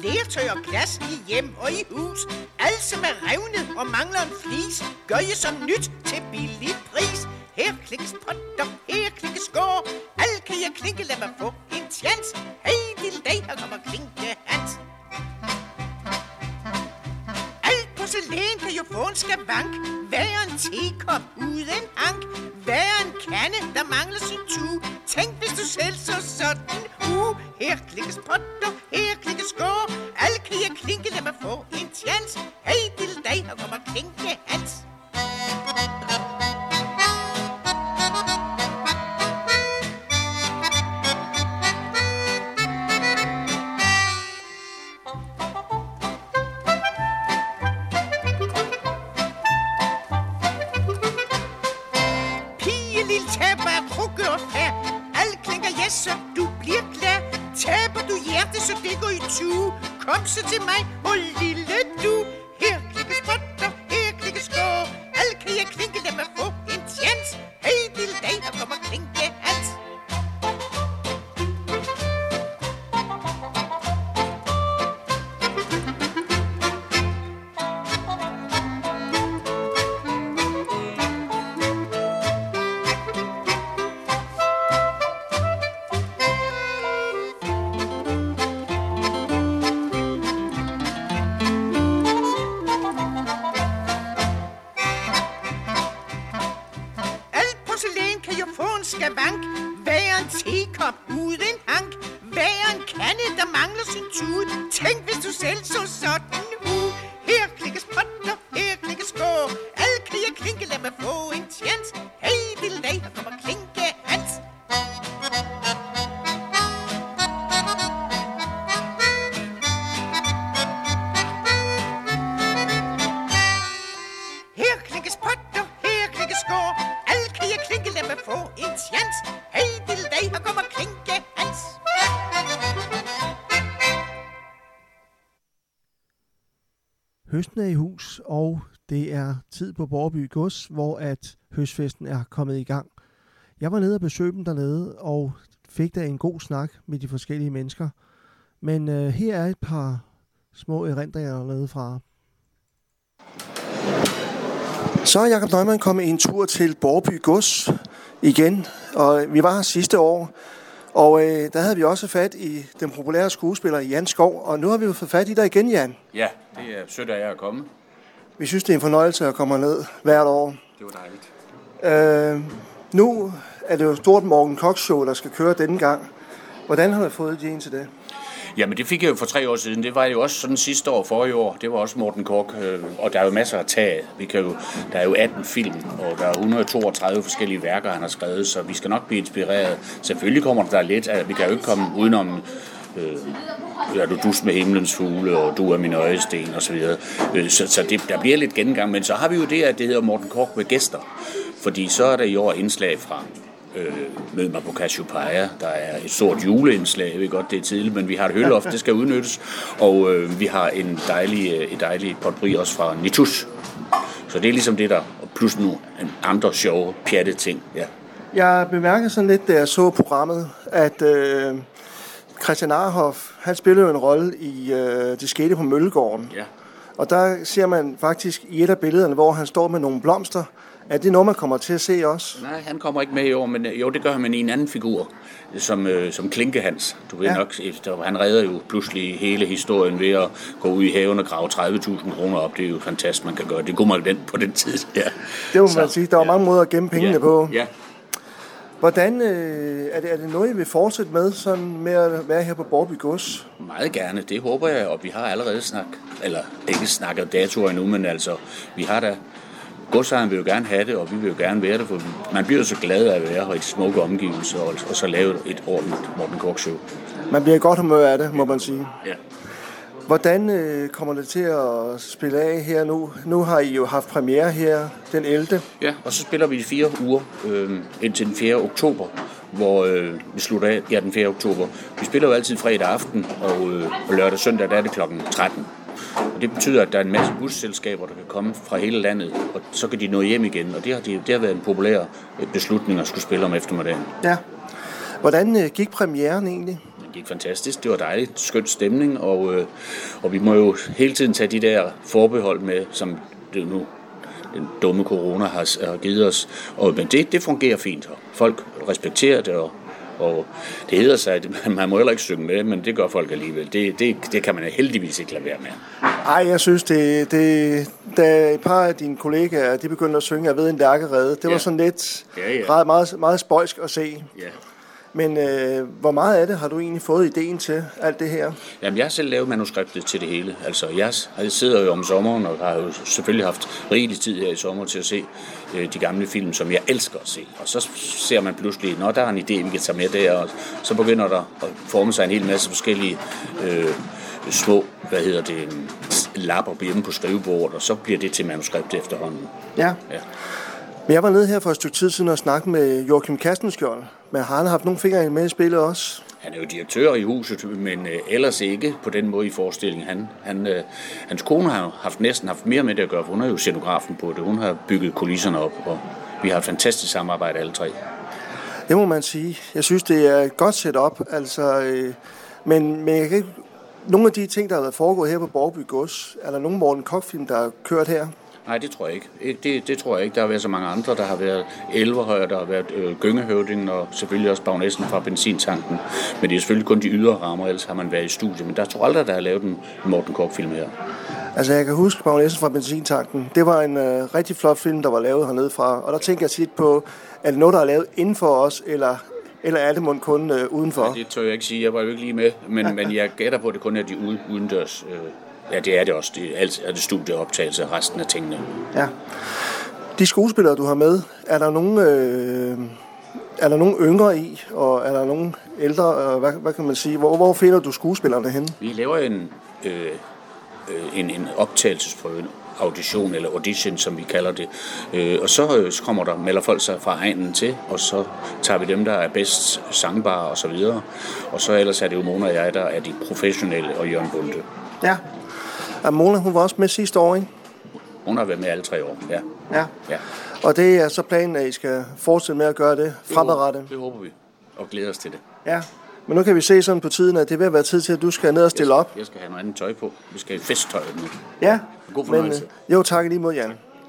lertøj og glas i hjem og i hus. Alt som er revnet og mangler en flis, gør jeg som nyt til billig pris. Her klikkes potter, her klikkes skår. Alt kan jeg klinke, lad mig få en chance. Hey, lille dag, her kommer Klinke Hans. Alt porcelæn kan jo få en skavank. Hver en tekop uden hank. Hver en kande, der mangler sin tue. Tænk, hvis du selv så sådan. Her klikkes potter, her klikkes skår. Alt kan jeg klinke, lad mig få en chance. Hey, lille dag, her kommer Klinke Hans. Så det går i tue. Kom så til mig, og lille du. Her klikkes potter, her klikkes skår. Alt kan jeg klinke, lad mig få en chance. Hey, lille dag, her kommer Klinke Hans. Skavank. Hver en tekop uden hank. Hver en kande, der mangler sin tude. Tænk, hvis du selv så sådan ud. Her klikkes potter, her klikkes skår. Alt kan jeg klinke, lad mig få en chance. Hey, lille dag, her kommer Klinke Hans. Her klikkes potter, her klikkes skår. Alt kan jeg klinke, lad mig få en chance. Hey, lille dag, her kommer Klinke Hans. Høsten er i hus, og det er tid på Borreby Gods, hvor at høstfesten er kommet i gang. Jeg var nede og besøgte dem dernede, og fik da en god snak med de forskellige mennesker. Men her er et par små erindringer dernede fra. Så er Jakob Neumann kommet en tur til Borreby Gods igen, og vi var her sidste år, og der havde vi også fat i den populære skuespiller Jan Skov, og nu har vi jo fået fat i dig igen, Jan. Ja, det er sødt af jer at komme. Vi synes, det er en fornøjelse at komme ned hvert år. Det var dejligt. Nu er det jo et stort Morten Korch-show, der skal køre denne gang. Hvordan har du fået ideen til det? Jamen det fik jeg jo for 3 år siden. Det var jo også sådan sidste år, forrige år. Det var også Morten Korch, og der er jo masser at tage. Der er jo 18 film, og der er 132 forskellige værker, han har skrevet, så vi skal nok blive inspireret. Selvfølgelig kommer der lidt, vi kan jo ikke komme udenom er du dus med himlens fugle, og du er min øjesten, og så videre. Så der bliver lidt gennemgang, men så har vi jo det, at det hedder Morten Korch med gæster. Fordi så er der i år indslag fra Mød mig på Cassiopeia. Der er et stort juleindslag. Jeg ved godt, det er tidligt, men vi har et høloft, det skal udnyttes. Og vi har et dejligt potpourri også fra Nitus. Så det er ligesom det der. Og plus nu andre sjove, pjatte ting. Ja. Jeg bemærkede sådan lidt, da jeg så programmet, at Christian Arhoff, han spillede en rolle i Det skete på Møllegården. Ja. Og der ser man faktisk i et af billederne, hvor han står med nogle blomster. Er det noget, man kommer til at se også? Nej, han kommer ikke med i år, men jo, det gør han med en anden figur, som Klinke Hans. Du ved nok, han redder jo pludselig hele historien ved at gå ud i haven og grave 30.000 kroner op. Det er jo fantastisk, man kan gøre. Det kunne man på den tid. Ja. Det må man sige. Der var mange måder at gemme pengene på. Ja. Hvordan er det noget, I vil fortsætte med, sådan med at være her på Borreby Gods? Meget gerne, det håber jeg, og vi har allerede ikke snakket datoer endnu, men altså, vi har da. Godsejeren vil jo gerne have det, og vi vil jo gerne være det, for man bliver så glad af at være i de smukke omgivelser, og så lave et ordentligt Morten Korch-show. Man bliver godt humør af det, må man sige. Ja. Hvordan kommer det til at spille af her nu? Nu har I jo haft premiere her den 11. Ja, og så spiller vi 4 uger indtil den 4. oktober, hvor vi slutter af den 4. oktober. Vi spiller jo altid fredag aften, og lørdag og søndag, der er det klokken 13. Og det betyder, at der er en masse busselskaber, der kan komme fra hele landet, og så kan de nå hjem igen. Og det har været en populær beslutning at skulle spille om eftermiddagen. Ja. Hvordan gik premieren egentlig? gik fantastisk. Det var dejligt. Skøn stemning, og vi må jo hele tiden tage de der forbehold med, som det nu den dumme corona har givet os. Men det fungerer fint. Folk respekterer det, og det hedder sig, at man må heller ikke synge med, men det gør folk alligevel. Det kan man heldigvis ikke lade være med. Ej, jeg synes, da et par af dine kollegaer, de begyndte at synge, jeg ved en lærkerede, det var sådan lidt meget, meget spøjsk at se. Ja. Men hvor meget af det har du egentlig fået ideen til, alt det her? Jamen, jeg har selv lavet manuskriptet til det hele. Altså, jeg sidder jo om sommeren, og har jo selvfølgelig haft rigelig tid her i sommer til at se de gamle film, som jeg elsker at se. Og så ser man pludselig, der er en idé, vi kan tage med der, og så begynder der at forme sig en hel masse forskellige små, lapper hjemme på skrivebordet, og så bliver det til manuskript efterhånden. Ja. Men jeg var nede her for et stykke tid siden og snakkede med Joachim Kastenskjold, men har han haft nogle fingre med i spillet også? Han er jo direktør i huset, men ellers ikke på den måde i forestillingen. Hans kone har næsten haft mere med det at gøre, for hun er jo scenografen på det. Hun har bygget kulisserne op, og vi har et fantastisk samarbejde alle tre. Det må man sige. Jeg synes, det er et godt setup, men jeg kan ikke... Nogle af de ting, der har været foregået her på Borgby Gods, er der nogle Morten Korch-film, der har kørt her? Nej, det tror jeg ikke. Det tror jeg ikke. Der har været så mange andre. Der har været Elverhøj, der har været Gyngehøvdingen, og selvfølgelig også Bagnæssen fra Benzintanken. Men det er selvfølgelig kun de ydre rammer, ellers har man været i studiet. Men der tror aldrig, der har lavet en Morten Korch-film her. Altså, jeg kan huske Bagnæssen fra Benzintanken. Det var en rigtig flot film, der var lavet hernede fra. Og der tænker jeg tit på, er det noget, der er lavet inden for os, eller er det måske kun udenfor? Nej, det tør jeg ikke sige. Jeg var jo ikke lige med. Men jeg gætter på, at det kun er de udendørs. Ja, det er det også. Det er det studieoptagelse af resten af tingene. Ja. De skuespillere, du har med, er der nogen yngre i, og er der nogen ældre? Hvad kan man sige? Hvor finder du skuespillerne henne? Vi laver en optagelsesprøve, audition eller audition, som vi kalder det. Og så melder folk sig fra egnen til, og så tager vi dem, der er bedst sangbare og så videre. Og så ellers er det jo Mona og jeg, der er de professionelle, og Jørgen Bunde. Ja. Og Mona, hun var også med sidste år, ikke? Hun har været med alle 3 år, ja. Og det er så planen, at I skal fortsætte med at gøre det fremadrettet? Det håber vi, og glæder os til det. Ja, men nu kan vi se sådan på tiden, at det vil være tid til, at du skal ned og stille op. Jeg skal have noget andet tøj på. Vi skal have festtøj nu. Ja, god fornøjelse. Jo, tak lige mod, Jan.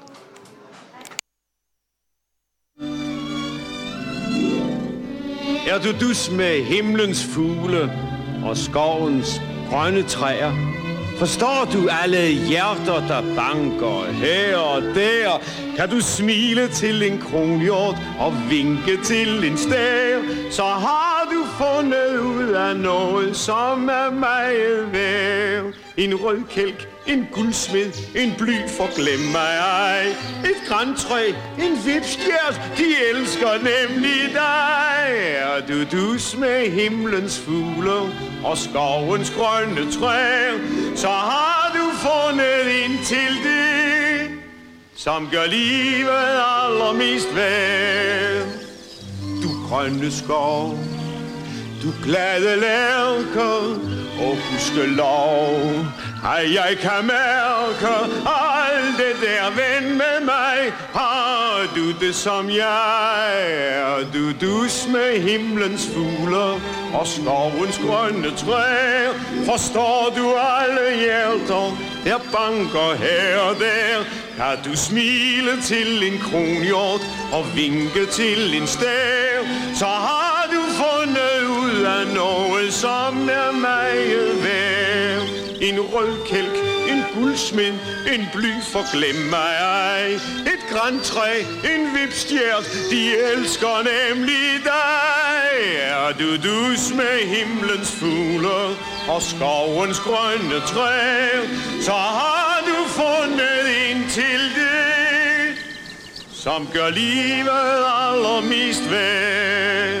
Er du dus med himlens fugle og skovens grønne træer? Forstår du alle hjerter, der banker her og der? Kan du smile til en kronhjort og vinke til en stær? Så har du fundet ud af noget, som er meget værd. En rød kælk, en guldsmed, en bly for glem mig ej. Et grantræ, en vipstjert, de elsker nemlig dig. Er du dus med himlens fugler og skovens grønne træer, så har du fundet ind til det, som gør livet allermest værd. Du grønne skov, du glade lærker, og gudskelov, at jeg kan mærke alt det der ven med mig. Har du det som jeg? Er du dus med himlens fugler og skovens grønne træer? Forstår du alle hjerter, der banker her og der? Kan du smile til en kronhjort og vinke til en stær? Så har du fundet ud af noget, som er meget værd. En rød kælk, en guldsmed, en bly for glem mig ej. Et grantræ, en vipstjert, de elsker nemlig dig. Er du dus med himlens fugler og skovens grønne træer, så har du fundet ind til det, som gør livet allermest værd.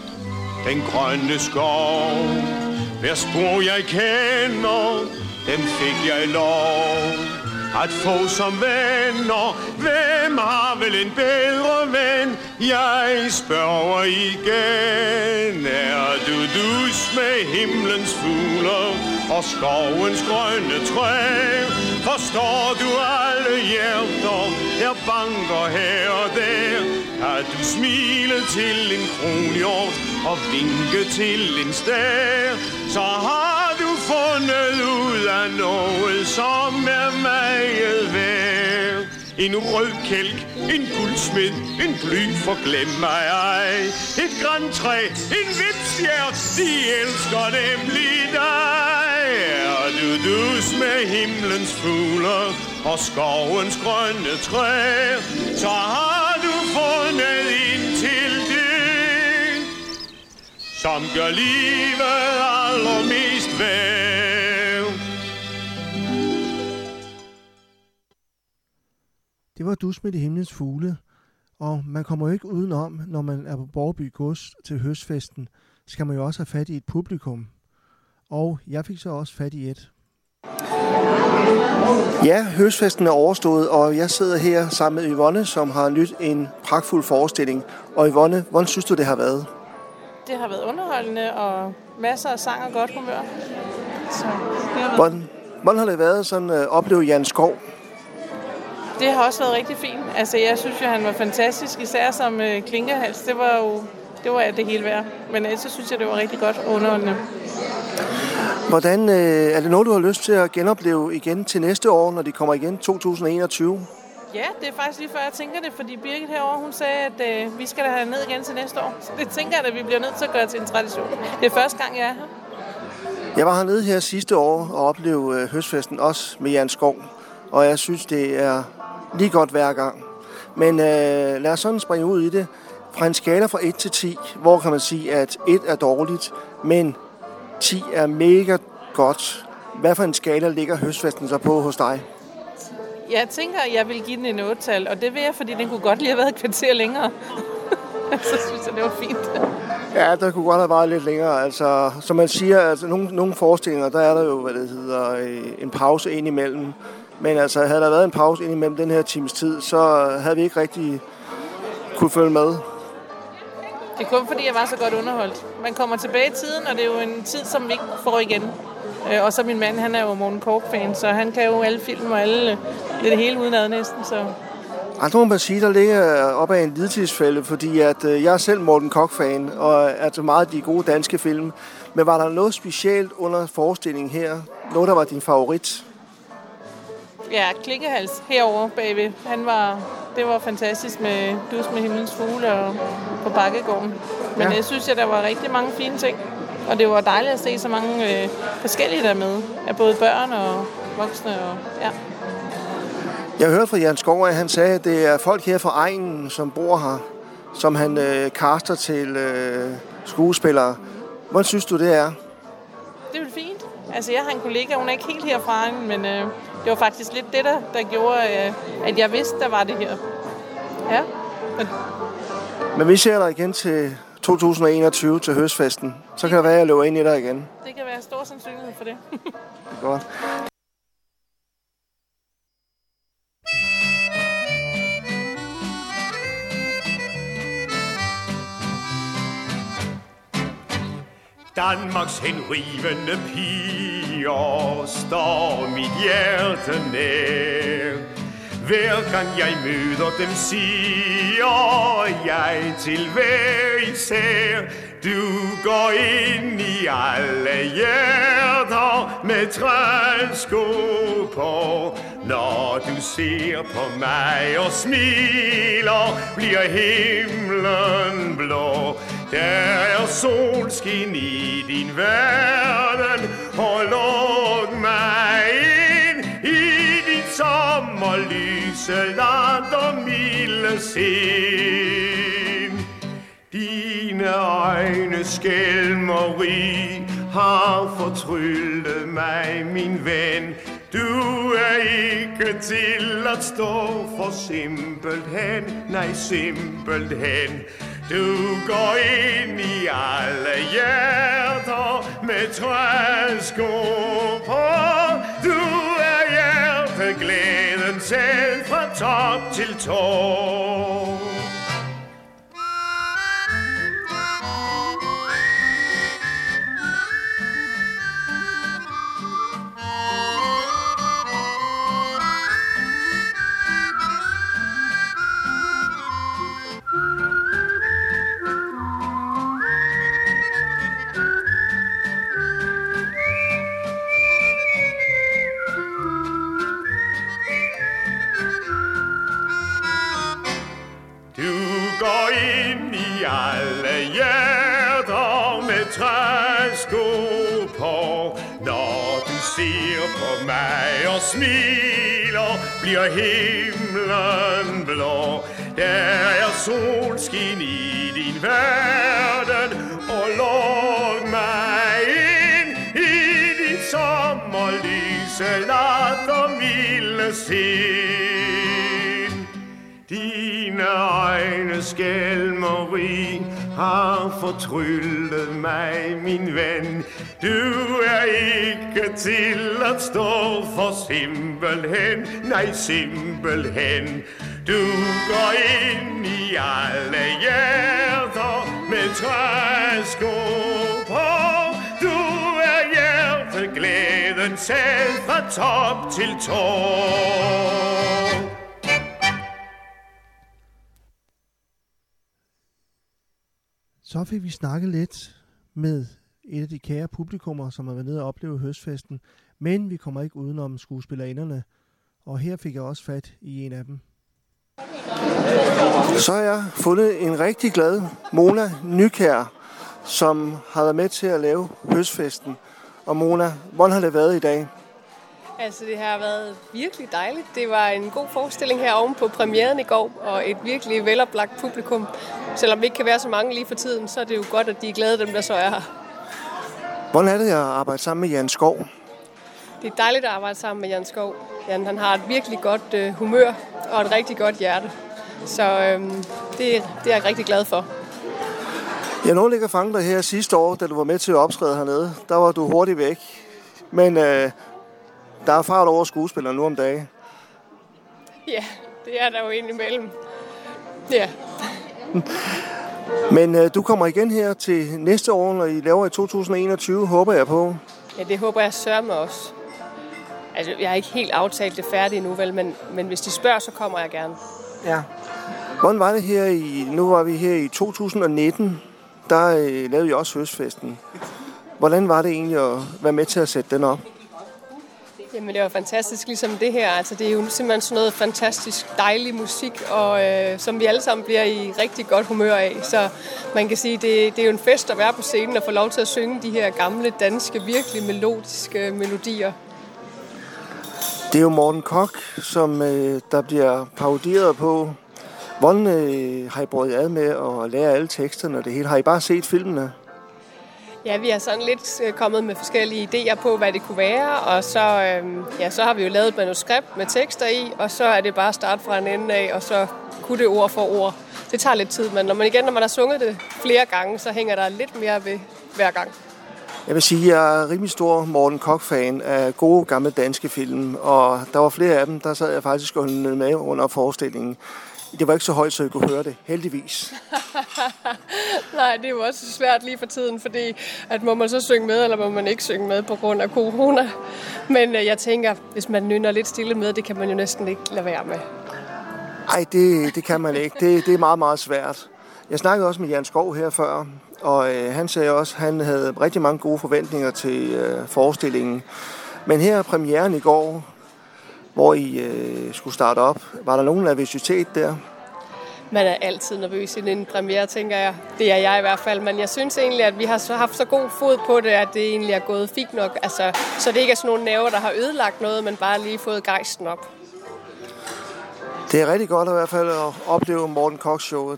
Den grønne skov, hver spor jeg kender, dem fik jeg lov at få som venner. Hvem har vel en bedre ven? Jeg spørger igen. Er du dus med himlens fugler og skovens grønne træer? Forstår du alle hjerter, der banker her og der. Kan du smile til en kronhjort og vinke til en stær, så har du fundet ud af noget, som er meget værd. En rød kælk, en guldsmed, en bly for glem mig ej. Et grantræ, en vipstjert, de elsker nemlig dig. Er du dus med himlens fugler og skovens grønne træer, så har du fundet ind til det, som gør livet allermest værd. Det var Dus med de himlens fugle, og man kommer jo ikke udenom, når man er på Borreby Gods til høstfesten, skal man jo også have fat i et publikum. Og jeg fik så også fat i et. Ja, høstfesten er overstået, og jeg sidder her sammen med Yvonne, som har nydt en pragtfuld forestilling. Og Yvonne, hvordan synes du, det har været? Det har været underholdende og masser af sang og godt humør. Så hvordan har det været sådan at opleve Jan Skov? Det har også været rigtig fint. Altså, jeg synes jo, han var fantastisk, især som klinkehals. Det var det hele værd. Men ellers så synes jeg, det var rigtig godt og underholdende. Hvordan er det noget, du har lyst til at genopleve igen til næste år, når de kommer igen 2021? Ja, det er faktisk lige før jeg tænker det, fordi Birgit herovre, hun sagde, at vi skal da have ned igen til næste år. Så det tænker jeg, at vi bliver nødt til at gøre til en tradition. Det er første gang, jeg er her. Jeg var hernede her sidste år og oplevede høstfesten også med Jan Skov, og jeg synes, det er lige godt hver gang. Men lad os sådan springe ud i det. Fra en skala fra 1 til 10, hvor kan man sige, at 1 er dårligt, men 10 er mega godt. Hvad for en skala ligger høstfesten så på hos dig? Jeg tænker, at jeg vil give den en 8-tal, og det vil jeg, fordi den kunne godt lige have været et kvarter længere. Så synes jeg, det var fint. Ja, der kunne godt have været lidt længere. Altså, som man siger, altså, nogle forestillinger, der er der jo, hvad det hedder, en pause ind imellem. Men altså, havde der været en pause ind imellem den her times tid, så havde vi ikke rigtig kunne følge med. Det er kun fordi, jeg var så godt underholdt. Man kommer tilbage i tiden, og det er jo en tid, som vi ikke får igen. Og så min mand, han er jo Morten Korch-fan, så han kan jo alle film og alle, det hele udenad næsten. Så. Altså må man sige, der ligger op ad en lidtidsfælde, fordi at, jeg er selv Morten Korch-fan, og er meget af de gode danske film. Men var der noget specielt under forestillingen her? Noget, der var din favorit? Ja, Klinkehals herovre bagved. Det var fantastisk med Dus med himlens fugle og på Bakkegården. Men jeg synes, at der var rigtig mange fine ting. Og det var dejligt at se så mange forskellige der med. Af både børn og voksne. Og, ja. Jeg hørte fra Jan Skov, at han sagde, at det er folk her fra egnen, som bor her, som han caster til skuespillere. Hvordan synes du, det er? Det er jo fint. Altså, jeg har en kollega, hun er ikke helt herfra, men det var faktisk lidt det, der gjorde, at jeg vidste, der var det her. Ja. Men vi ser dig igen til 2021 til høstfesten. Så kan det være, at jeg løber ind i dig igen. Det kan være stor sandsynlighed for det. Godt. Danmarks henrivende piger står mit hjerte nær. Hver gang jeg møder dem, siger jeg til hver især: du går ind i alle hjerter med træsko på. Når du ser på mig og smiler, bliver himlen blå. Der er solskin i din verden, og luk mig ind i din sommerlyse land og milde sind. Dine øjne skælmeri har fortryllet mig, min ven. Du er ikke til at stå for simpelthen, nej simpelthen. Du går ind i alle hjerter med træsko på. Du er hjerteglæden selv fra top til tå. går ind i alle hjerter med træsko på. Når du ser på mig og smiler, bliver himlen blå. Der er solskin i din verden, og luk mig ind i dit sommerlyse latter milde sind. Dine øjne skælmeri har fortryllet mig, min ven. Du er ikke til at stå for simpelthen, nej simpelthen. Du går ind i alle hjerter med træsko på. Du er hjerteglæden selv fra top til tå. Så fik vi snakket lidt med et af de kære publikummer, som har været nede og opleve høstfesten. Men vi kommer ikke udenom skuespillerinderne. Og her fik jeg også fat i en af dem. Så har jeg fundet en rigtig glad Mona Nykjær, som har været med til at lave høstfesten. Og Mona, hvordan har det været i dag? Altså, det har været virkelig dejligt. Det var en god forestilling her oven på premieren i går, og et virkelig veloplagt publikum. Selvom vi ikke kan være så mange lige for tiden, så er det jo godt, at de er glade, dem der så er her. Hvordan er det at arbejde sammen med Jan Skov? Det er dejligt at arbejde sammen med Jan Skov. Jan, han har et virkelig godt humør og et rigtig godt hjerte. Så det er jeg rigtig glad for. Jeg nåede ikke at fange dig her sidste år, da du var med til at optræde hernede. Der var du hurtigt væk. Men der er fart over skuespillere nu om dagen. Ja, det er der jo indimellem. Ja. Men du kommer igen her til næste år, når I laver i 2021, håber jeg på. Ja, det håber jeg sørme også. Altså, jeg har ikke helt aftalt det færdigt endnu, vel, men hvis de spørger, så kommer jeg gerne. Ja. Hvordan var det her nu var vi her i 2019, der lavede I også høstfesten. Hvordan var det egentlig at være med til at sætte den op? Jamen, det var fantastisk, ligesom det her. Altså, det er jo simpelthen sådan noget fantastisk dejlig musik, og som vi alle sammen bliver i rigtig godt humør af. Så man kan sige, det er jo en fest at være på scenen og få lov til at synge de her gamle, danske, virkelig melodiske melodier. Det er jo Morten Korch, som der bliver parodieret på. Hvordan har I brugt ad med at lære alle teksterne og det hele? Har I bare set filmene? Ja, vi har sådan lidt kommet med forskellige idéer på, hvad det kunne være, og så har vi jo lavet et manuskript med tekster i, og så er det bare at starte fra en ende af, og så kunne det ord for ord. Det tager lidt tid, men når man har sunget det flere gange, så hænger der lidt mere ved hver gang. Jeg vil sige, at jeg er rimelig stor Morten Korch-fan af gode gamle danske film, og der var flere af dem, der sad jeg faktisk og holdt med under forestillingen. Det var ikke så højt, så jeg kunne høre det, heldigvis. Nej, det er jo også svært lige for tiden, fordi at må man så synge med, eller må man ikke synge med på grund af corona. Men jeg tænker, hvis man nynner lidt stille med, det kan man jo næsten ikke lade være med. Nej, det kan man ikke. Det er meget, meget svært. Jeg snakkede også med Jan Skov her før, og han sagde også, at han havde rigtig mange gode forventninger til forestillingen. Men her premieren i går, hvor I skulle starte op, var der nogen nervøsitet der? Man er altid nervøs inden en premiere, tænker jeg. Det er jeg i hvert fald, men jeg synes egentlig, at vi har haft så god fod på det, at det egentlig er gået fint nok. Altså, så det ikke er sådan nogle nerver, der har ødelagt noget, men bare lige fået gejsten op. Det er rigtig godt i hvert fald at opleve Morten Korch-showet.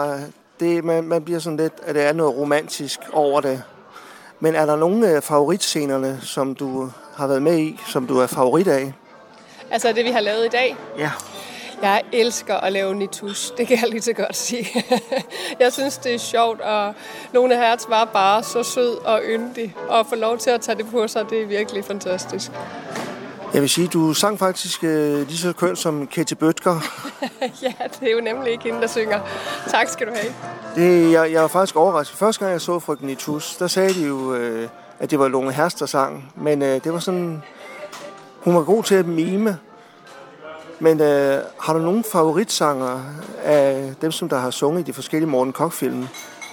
Man bliver sådan lidt, at det er noget romantisk over det. Men er der nogle favoritscenerne, som du har været med i, som du er favorit af? Altså det, vi har lavet i dag? Ja. Jeg elsker at lave nitus, det kan jeg lige så godt sige. Jeg synes, det er sjovt, og Lone Hertz var bare så sød og yndig, og at få lov til at tage det på sig, det er virkelig fantastisk. Jeg vil sige, du sang faktisk lige så kønt som Katie Bøtger. Ja, det er jo nemlig ikke hende, der synger. Tak skal du have. Jeg var faktisk overrasket. Første gang jeg så Frøken Nitus, der sagde de jo, at det var Lone Hertz, der sang. Men det var sådan... Hun var god til at mime. Men har du nogen favoritsanger af dem, som der har sunget i de forskellige Morten Korch-film?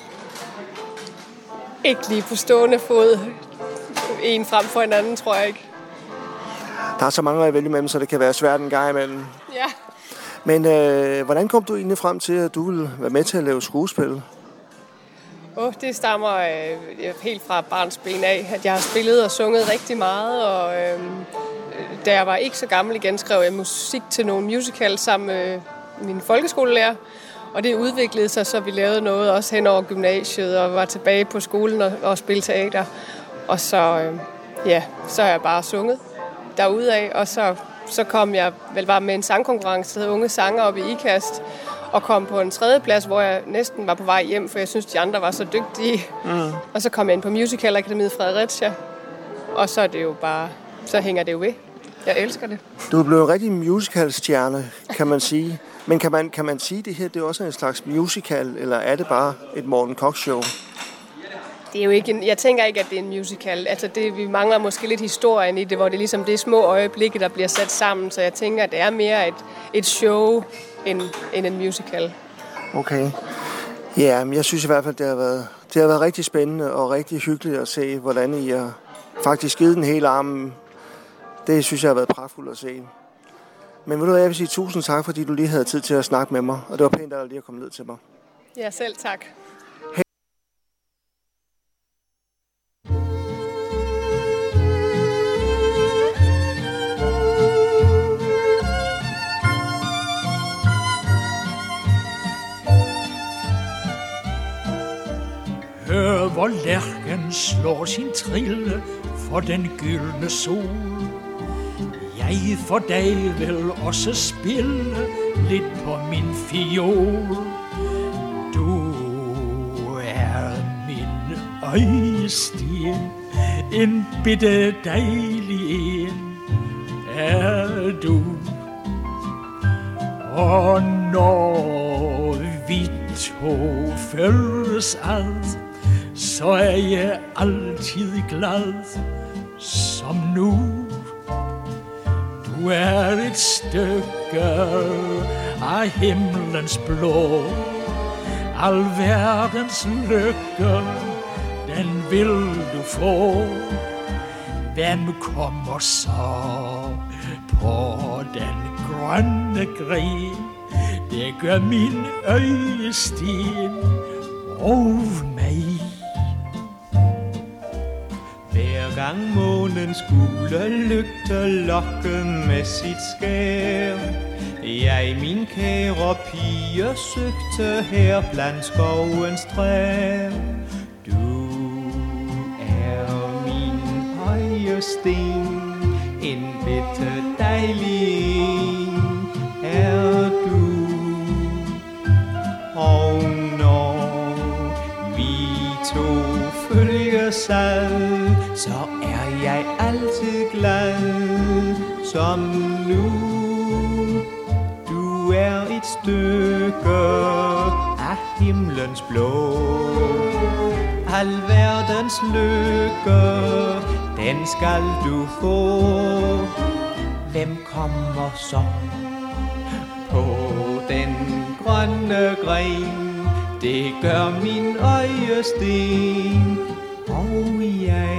Ikke lige på stående fod. En frem for en anden, tror jeg ikke. Der er så mange at vælge mellem, så det kan være svært en gang imellem. Ja. Men hvordan kom du egentlig frem til, at du ville være med til at lave skuespil? Det stammer helt fra barnsben af, at jeg har spillet og sunget rigtig meget, og da jeg var ikke så gammel igen, skrev jeg musik til nogle musicals sammen med min folkeskolelærer, og det udviklede sig, så vi lavede noget også hen over gymnasiet, og var tilbage på skolen og spille teater, og så har jeg bare sunget derudaf, og så kom jeg vel bare med en sangkonkurrence, der hed Unge Sanger oppe i IKAST, og kom på en 3. plads, hvor jeg næsten var på vej hjem, for jeg synes, de andre var så dygtige. Og så kom jeg ind på Musical Akademiet Fredericia, og så er det jo bare, så hænger det jo ved. Jeg elsker det. Du er blevet en rigtig musicalstjerne, kan man sige. Men kan man sige, at det her det er også en slags musical, eller er det bare et Morten Korch-show? Det er jo ikke jeg tænker ikke, at det er en musical. Altså vi mangler måske lidt historien i det, hvor det ligesom det er små øjeblikke, der bliver sat sammen. Så jeg tænker, at det er mere et show end en musical. Okay. Ja, men jeg synes i hvert fald, det har været rigtig spændende og rigtig hyggeligt at se, hvordan I har faktisk givet den hele armen. Det synes jeg har været pragtfuldt at se. Men ved du hvad, jeg vil sige tusind tak, fordi du lige havde tid til at snakke med mig. Og det var pænt af dig lige at komme ned til mig. Ja, selv tak. Hør, hvor lærken slår sin trille for den gyldne sol. Jeg for dig vil også spille lidt på min fiol. Du er min øjesten, en bitte dejlig en er du. Og når vi to følges ad, så er jeg altid glad som nu. Du er et stykke af himlens blå, al verdens lykke, den vil du få. Hvem kommer så på den grønne gren? Det gør min øjesten og mig. Hver gang månens gule lygte lokke med sit skær, jeg min kære pige søgte her blandt skovens træer. Du er min øjesten, en bitte dejlig en er du. Og når vi to følges ad, så er jeg altid glad som nu. Du er et stykke af himlens blå, al verdens lykke, den skal du få. Hvem kommer så på den grønne gren? Det gør min øjesten og jeg.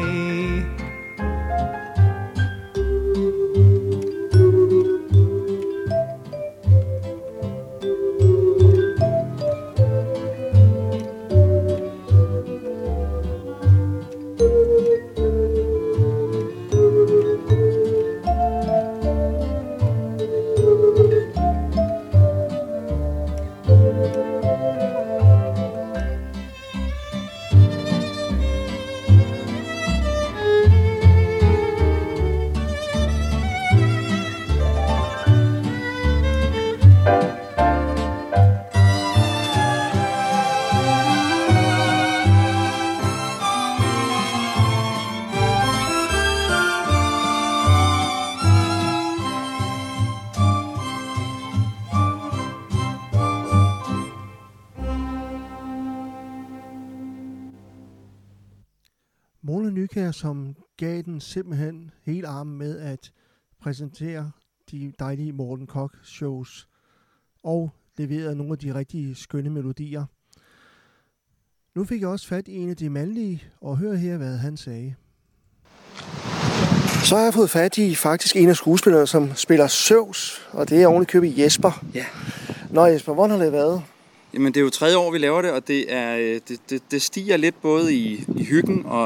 Mona Nykjær, som gav den simpelthen hele armen med at præsentere de dejlige Morten Korch-shows og leverede nogle af de rigtig skønne melodier. Nu fik jeg også fat i en af de mandlige, og hør her, hvad han sagde. Så har jeg fået fat i faktisk en af skuespillerne, som spiller Zeus, og det er ovenikøbet Jesper. Ja. Nå Jesper, hvordan har det været? Jamen det er jo 3. år, vi laver det, og det stiger lidt både i hyggen og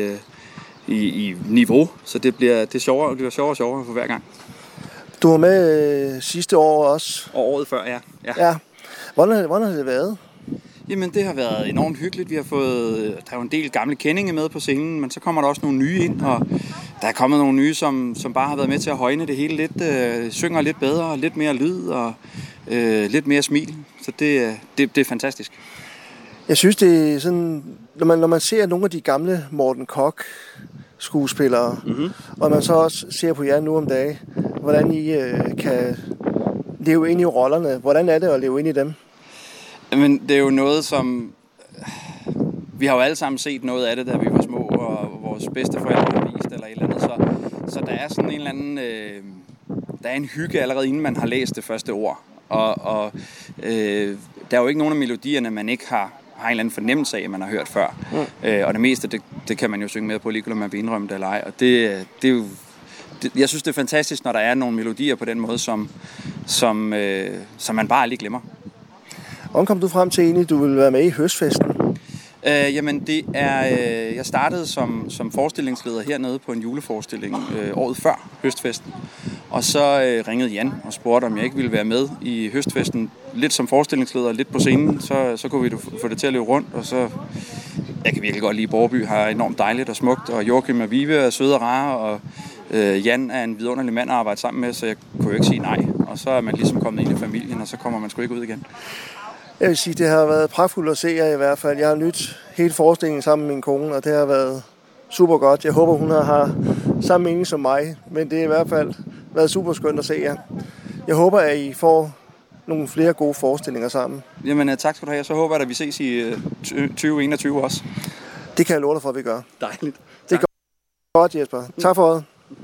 i niveau, så det bliver sjovere og sjovere for hver gang. Du var med sidste år også. Og året før, Ja. Hvordan har det været? Jamen det har været enormt hyggeligt. Vi har fået, der er jo en del gamle kendinge med på scenen, men så kommer der også nogle nye ind, og der er kommet nogle nye, som bare har været med til at højne det hele lidt, synger lidt bedre, lidt mere lyd og lidt mere smil. Så det er fantastisk. Jeg synes, det er sådan, når man ser nogle af de gamle Morten Korch skuespillere, og man så også ser på jer nu om dagen, hvordan I kan leve ind i rollerne. Hvordan er det at leve ind i dem? Men det er jo noget, som... Vi har jo alle sammen set noget af det, da vi var små, og vores bedsteforældre har vist eller et eller andet. Så der er sådan en eller anden... Der er en hygge allerede, inden man har læst det første ord. Og der er jo ikke nogen af melodierne, man ikke har en eller anden fornemmelse af, at man har hørt før. Og det meste, det kan man jo synge med på, ligegyldigt om man vil indrømme det eller ej. Og det er jo... Jeg synes, det er fantastisk, når der er nogle melodier på den måde, som man bare aldrig glemmer. Hvordan kom du frem til egentlig, du ville være med i Høstfesten? Jamen, det er... Jeg startede som forestillingsleder hernede på en juleforestilling året før Høstfesten. Og så ringede Jan og spurgte, om jeg ikke ville være med i Høstfesten. Lidt som forestillingsleder, lidt på scenen, så kunne vi få det til at løbe rundt. Og så... Jeg kan virkelig godt lide Borreby, har enormt dejligt og smukt. Og Joachim og Vive er søde og rare, og Jan er en vidunderlig mand at arbejde sammen med, så jeg kunne jo ikke sige nej. Og så er man ligesom kommet ind i familien, og så kommer man sgu ikke ud igen. Jeg vil sige, det har været pragtfuldt at se jer i hvert fald. Jeg har nydt hele forestillingen sammen med min kone, og det har været super godt. Jeg håber, hun har samme mening som mig, men det har i hvert fald været super skønt at se jer. Jeg håber, at I får nogle flere gode forestillinger sammen. Jamen tak skal du have. Så håber jeg, at vi ses i 2021 også. Det kan jeg love dig for, at vi gør. Dejligt. Det er godt, Jesper. Tak for det.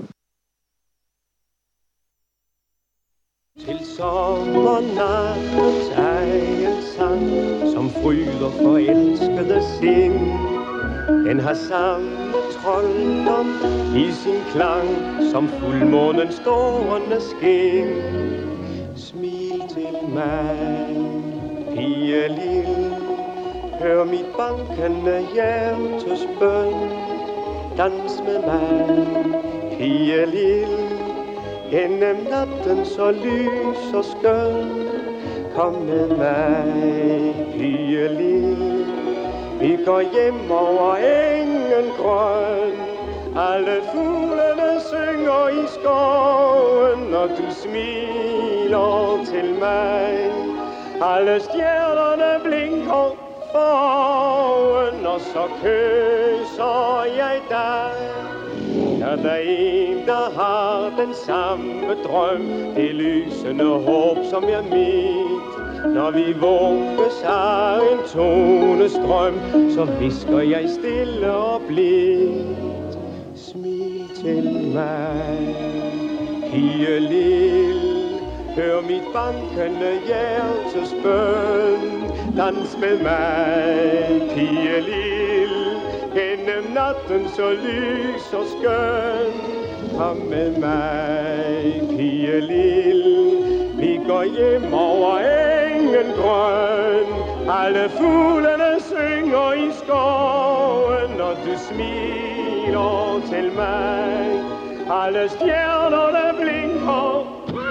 Til sommernattens egen sang, som fryder forelskede sind. Den har samme trolddom i sin klang, som fuldmånens stående skin. Smil til mig, pige lille, hør mit bankende hjertes bøn. Dans med mig, pige lille, gennem natten så lys og skøn. Kom med mig, pige lille, vi går hjem over engen grøn. Alle fuglene synger i skoven, når du smiler til mig. Alle stjernerne blinker for oven, og så kysser jeg dig. Er der en, der har den samme drøm, det lysende håb, som jeg mit. Når vi våges af en tonestrøm, så visker jeg stille og blidt. Smil til mig, pige lille, hør mit bankende hjertes bøn. Dans med mig, pige lille, gennem natten så lys og skøn. Kom med mig, pige lille, vi går hjem over engen grøn. Alle fuglene synger i skoven, når du smiler til mig. Alle stjernerne blinker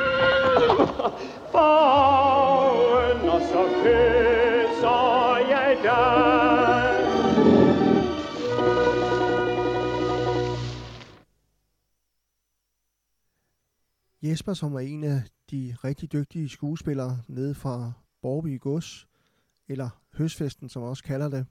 for oven, og så kysser jeg dig. Jesper, som er en af de rigtig dygtige skuespillere nede fra Borreby Gods, eller Høstfesten, som også kalder det.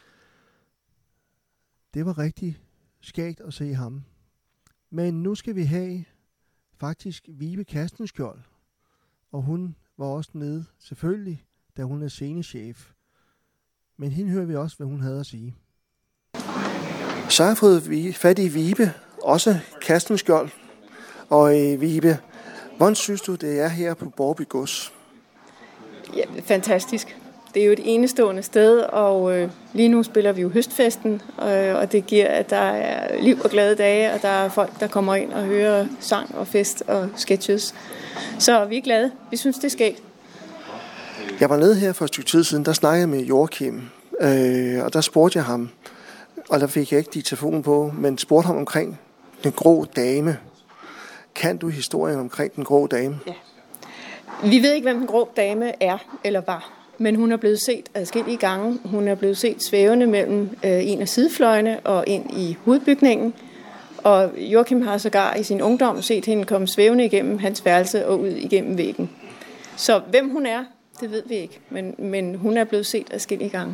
Det var rigtig skægt at se ham. Men nu skal vi have faktisk Vibe Kastenskjold, og hun var også nede, selvfølgelig, da hun er scenechef. Men hende hører vi også, hvad hun havde at sige. Så har jeg fået fat i Vibe, også Kastenskjold. Og Vibe, hvordan synes du, det er her på Borreby Gods? Ja, fantastisk. det er jo et enestående sted, og lige nu spiller vi jo høstfesten, og det giver, at der er liv og glade dage, og der er folk, der kommer ind og hører sang og fest og sketches. Så vi er glade. Vi synes, det er skægt. Jeg var nede her for et stykke tid siden, der snakkede jeg med Joachim, og der spurgte jeg ham, og der fik jeg ikke diktafonen på, men spurgte ham omkring den grå dame. Kan du historien omkring den grå dame? Ja. Vi ved ikke, hvem den grå dame er eller var, men hun er blevet set adskillige gange. Hun er blevet set svævende mellem en af sidefløjene og ind i hovedbygningen. Og Joachim har sågar i sin ungdom set hende komme svævende igennem hans værelse og ud igennem væggen. Så hvem hun er, det ved vi ikke, men hun er blevet set adskillige gange.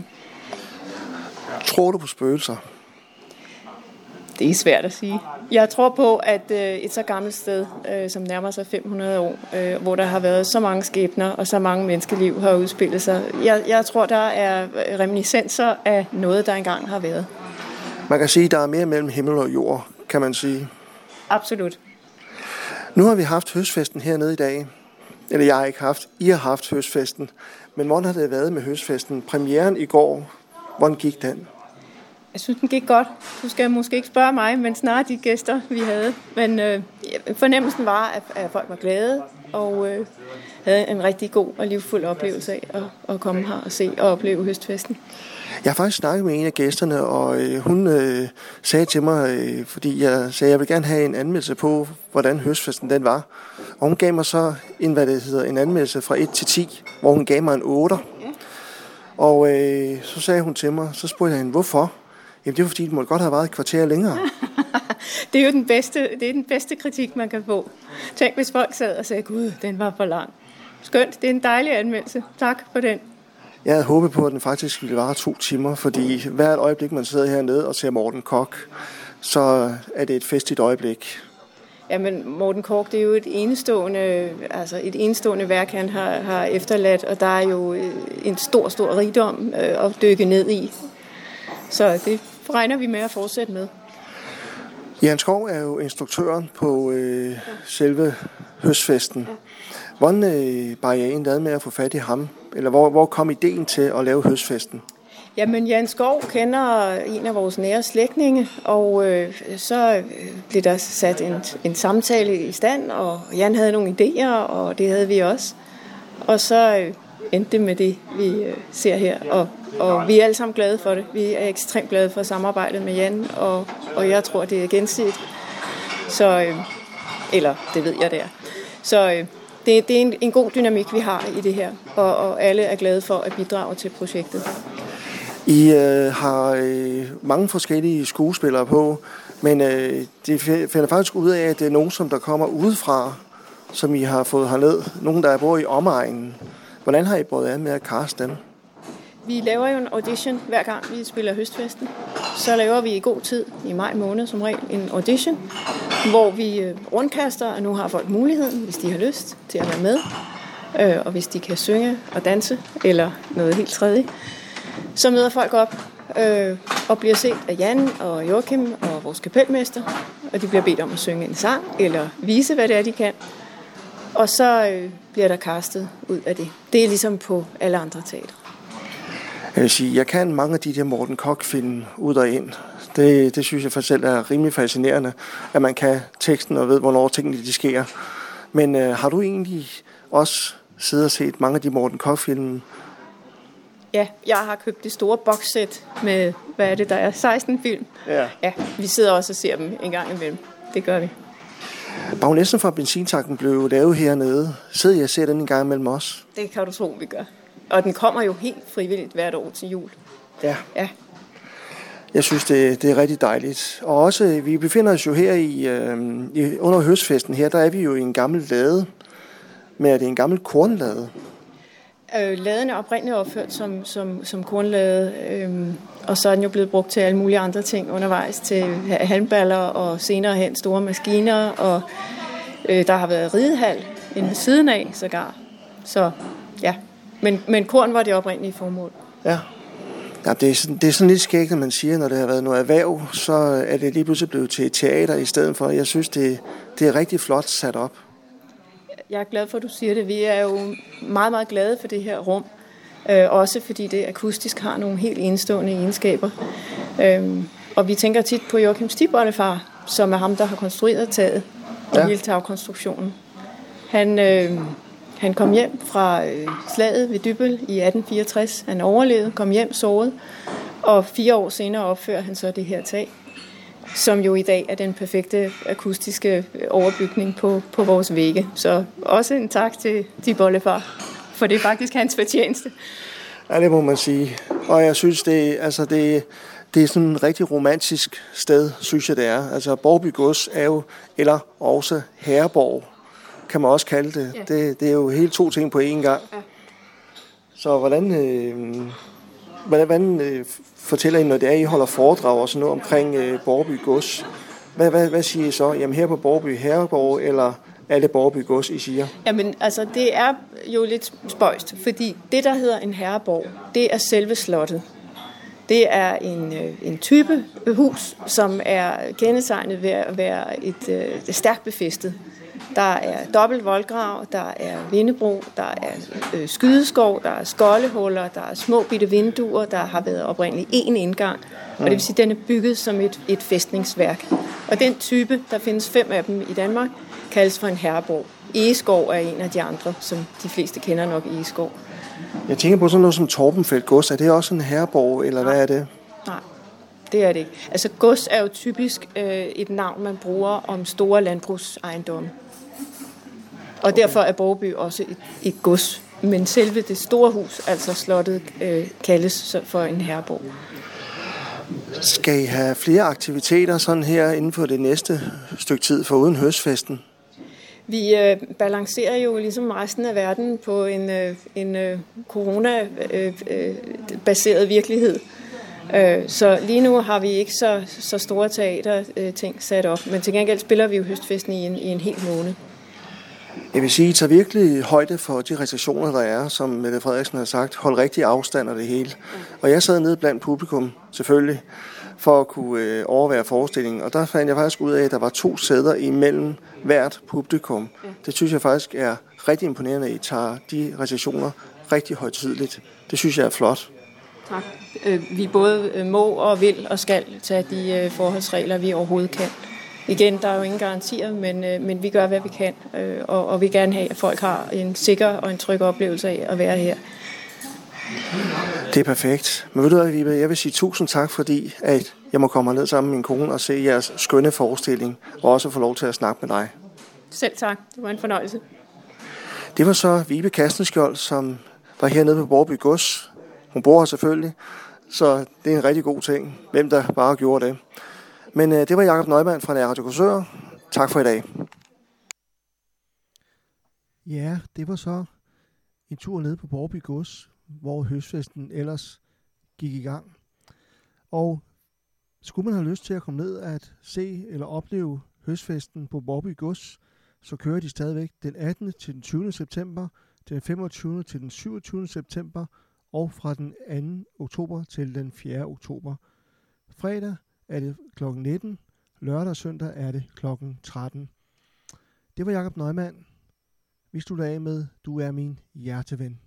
Tror du på spøgelser? Det er svært at sige. Jeg tror på, at et så gammelt sted, som nærmer sig 500 år, hvor der har været så mange skæbner og så mange menneskeliv har udspillet sig. Jeg tror, der er reminiscenser af noget, der engang har været. Man kan sige, at der er mere mellem himmel og jord, kan man sige. Absolut. Nu har vi haft høstfesten hernede i dag. Eller jeg har ikke haft. I har haft høstfesten. Men hvordan har det været med høstfesten? Premieren i går, hvordan gik den? Jeg synes, den gik godt. Du skal måske ikke spørge mig, men snart de gæster, vi havde. Men fornemmelsen var, at folk var glade og havde en rigtig god og livfuld oplevelse af at komme her og se og opleve høstfesten. Jeg har faktisk snakket med en af gæsterne, og hun sagde til mig, fordi jeg sagde, at jeg vil gerne have en anmeldelse på, hvordan høstfesten den var. Og hun gav mig så en anmeldelse fra 1 til 10, hvor hun gav mig en 8. Og så sagde hun til mig, så spurgte jeg hende, hvorfor? Jamen det var fordi, det måtte godt have været et kvarter længere. Det er jo den bedste kritik, man kan få. Tænk, hvis folk sad og sagde, gud, den var for lang. Skønt, det er en dejlig anmeldelse. Tak for den. Jeg havde håbet på, at den faktisk ville vare 2 timer, fordi hvert øjeblik, man sidder hernede og ser Morten Korch, så er det et festligt øjeblik. Jamen, Morten Korch, det er jo et enestående værk, han har efterladt, og der er jo en stor rigdom at dykke ned i. Så det regner vi med at fortsætte med. Jan Schou er jo instruktøren på selve høstfesten. Hvordan bar jeg egentlig med at få fat i ham? Eller hvor kom ideen til at lave høstfesten? Jamen, Jan Schou kender en af vores nære slægtninge, og så blev der sat en samtale i stand, og Jan havde nogle idéer, og det havde vi også. Og så endte det med det, vi ser her, og vi er alle sammen glade for det. Vi er ekstremt glade for samarbejdet med Jan, og jeg tror, det er gensidigt. Så, eller det ved jeg, det er. Så det er en god dynamik, vi har i det her, og alle er glade for at bidrage til projektet. I har mange forskellige skuespillere på, men det finder faktisk ud af, at det er nogen, som der kommer udefra, som I har fået herned. Nogen, der bor i omegnen. Hvordan har I båret af med at kaste dem? Vi laver jo en audition hver gang vi spiller høstfesten. Så laver vi i god tid, i maj måned som regel, en audition, hvor vi rundkaster, og nu har folk muligheden, hvis de har lyst til at være med, og hvis de kan synge og danse, eller noget helt tredje. Så møder folk op og bliver set af Jan og Joachim og vores kapelmester, og de bliver bedt om at synge en sang, eller vise, hvad det er, de kan. Og så bliver der castet ud af det. Det er ligesom på alle andre teatre. Jeg vil sige, jeg kan mange af de der Morten Korch-film ud og ind. Det synes jeg for selv er rimelig fascinerende, at man kan teksten og ved, hvornår tingene de sker. Men har du egentlig også siddet og set mange af de Morten Korch-film? Ja, jeg har købt det store boxsæt med, hvad er det, der er 16 film. Ja, vi sidder også og ser dem en gang imellem. Det gør vi. Baronessen fra Benzintanken blev lavet hernede. Sidder I og ser den en gang imellem os? Det kan du tro, vi gør. Og den kommer jo helt frivilligt hvert år til jul. Ja. Ja. Jeg synes, det er rigtig dejligt. Og også, vi befinder os jo her under høstfesten her, der er vi jo i en gammel lade. Men er det en gammel kornlade? Laden er oprindeligt opført som kornlade, og så er den jo blevet brugt til alle mulige andre ting undervejs, til halmballer og senere hen store maskiner, og der har været ridehal inde ved siden af sågar. Så ja, men korn var det oprindelige formål. Ja. Ja, det er sådan lidt skægt, når man siger, når det har været noget erhverv, så er det lige pludselig blevet til teater i stedet for. Jeg synes, det er rigtig flot sat op. Jeg er glad for, at du siger det. Vi er jo meget, meget glade for det her rum. Også fordi det akustisk har nogle helt enestående egenskaber. Og vi tænker tit på Joachim Stibollefar, som er ham, der har konstrueret taget og hele tagkonstruktionen. Han kom hjem fra slaget ved Dybbøl i 1864. Han overlevede, kom hjem såret, og 4 år senere opfører han så det her tag, som jo i dag er den perfekte akustiske overbygning på vores vægge. Så også en tak til Stibollefar, for det er faktisk hans fortjeneste. Ja, det må man sige. Og jeg synes, det er sådan et rigtig romantisk sted, synes jeg det er. Altså Borgby Gods er jo, eller også herreborg, kan man også kalde det. Ja. Det er jo helt 2 ting på én gang. Ja. Så hvordan fortæller I, når det er, I holder foredrag og sådan noget omkring Borgby Gods? Hvad siger I så? Jamen her på Borgby herreborg, eller alle Borgby Gods, I siger? Jamen, altså det er jo lidt spøjst, fordi det, der hedder en herreborg, det er selve slottet. Det er en type hus, som er kendetegnet ved at være et stærkt befæstet. Der er dobbelt voldgrav, der er vindebro, der er skydeskov, der er skoldehuller, der er små bitte vinduer, der har været oprindeligt 1 indgang. Og det vil sige, at den er bygget som et fæstningsværk. Og den type, der findes 5 af dem i Danmark, kaldes for en herreborg. Egeskov er en af de andre, som de fleste kender nok Egeskov. Jeg tænker på sådan noget som Torbenfeldt Gods. Er det også en herreborg, eller hvad er det? Nej, det er det ikke. Altså gods er jo typisk et navn, man bruger om store landbrugsejendomme. Og derfor er Borgby også et gods. Men selve det store hus, altså slottet, kaldes for en herreborg. Skal I have flere aktiviteter sådan her inden for det næste stykke tid foruden høstfesten? Vi balancerer jo ligesom resten af verden på en corona-baseret virkelighed. Så lige nu har vi ikke så store teaterting sat op, men til gengæld spiller vi jo høstfesten i en hel måned. Jeg vil sige, at I tager virkelig højde for de restriktioner, der er, som Mette Frederiksen har sagt. Hold rigtig afstand af det hele. Og jeg sad nede blandt publikum, selvfølgelig, for at kunne overvære forestillingen. Og der fandt jeg faktisk ud af, at der var 2 sæder imellem hvert publikum. Det synes jeg faktisk er rigtig imponerende, at I tager de restriktioner rigtig højtideligt. Det synes jeg er flot. Tak. Vi både må og vil og skal tage de forholdsregler, vi overhovedet kan. Igen, der er jo ingen garantier, men vi gør, hvad vi kan, og vi gerne have, at folk har en sikker og en tryg oplevelse af at være her. Det er perfekt. Men ved du hvad, Vibe, jeg vil sige 1000 tak, fordi at jeg må komme ned sammen med min kone og se jeres skønne forestilling, og også få lov til at snakke med dig. Selv tak. Det var en fornøjelse. Det var så Vibe Kastenskjold, som var hernede på Borgby Gods. Hun bor her selvfølgelig, så det er en rigtig god ting, hvem der bare gjorde det. Men det var Jakob Neumann fra Radio Korsør. Tak for i dag. Ja, det var så en tur ned på Borgby Gods, hvor høstfesten ellers gik i gang. Og skulle man have lyst til at komme ned at se eller opleve høstfesten på Borgby Gods, så kører de stadigvæk den 18. til den 20. september, den 25. til den 27. september og fra den 2. oktober til den 4. oktober. Fredag er det kl. 19, lørdag og søndag er det kl. 13. Det var Jakob Neumann. Vi slutter af med Du er min hjerteven.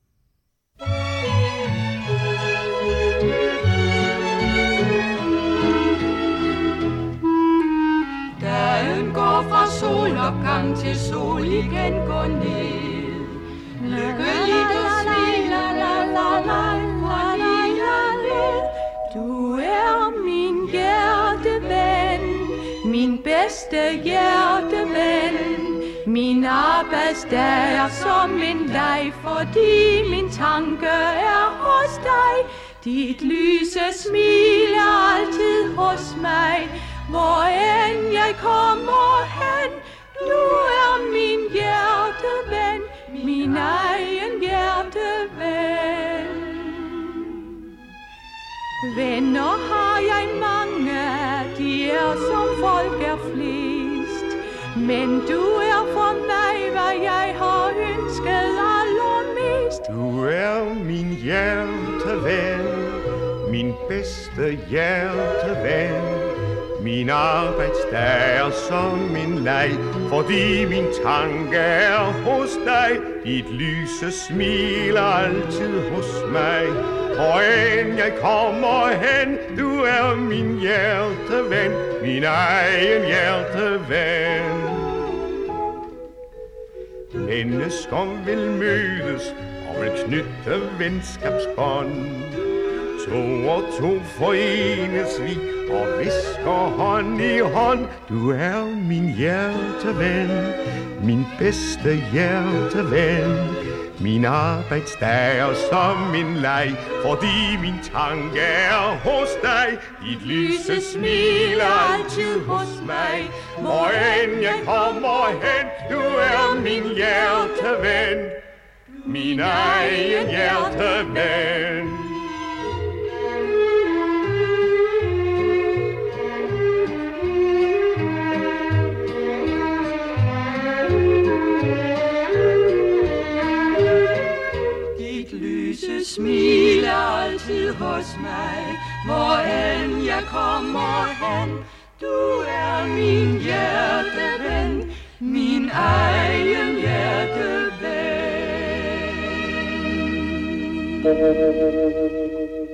Dagen går fra solopgang til sol igen går ned. Lykkelig du smiler, la la la, fordi jeg ved, du er min hjerteven, min bedste hjerteven. Min arbejdsdag er som en leg, fordi min tanke er hos dig. Dit lyse smil er altid hos mig, hvor end jeg kommer hen. Du er min hjerteven, min egen hjerteven. Venner har jeg mange, de er som folk er flest. Men du er for mig, hvad jeg har ønsket allermest. Du er min hjerteven, min bedste hjerteven. Min arbejdsdag er som en leg, fordi min tanke er hos dig. Dit lyse smil er altid hos mig. Hvor end jeg kommer hen, du er min hjerteven, min egen hjerteven. Mennesker vil mødes og vil knytte venskabsbånd. To og to forenes vi og visker hånd i hånd. Du er min hjerteven, min bedste hjerteven. Min arbejdsdag er som en leg, fordi min tanke er hos dig. Dit lyse smil er altid hos mig. Hvor end jeg kommer hen, du er min hjerteven, min egen hjerteven. Smil er altid hos mig, hvor end jeg kommer hen. Du er min hjerteven, min egen hjerteven.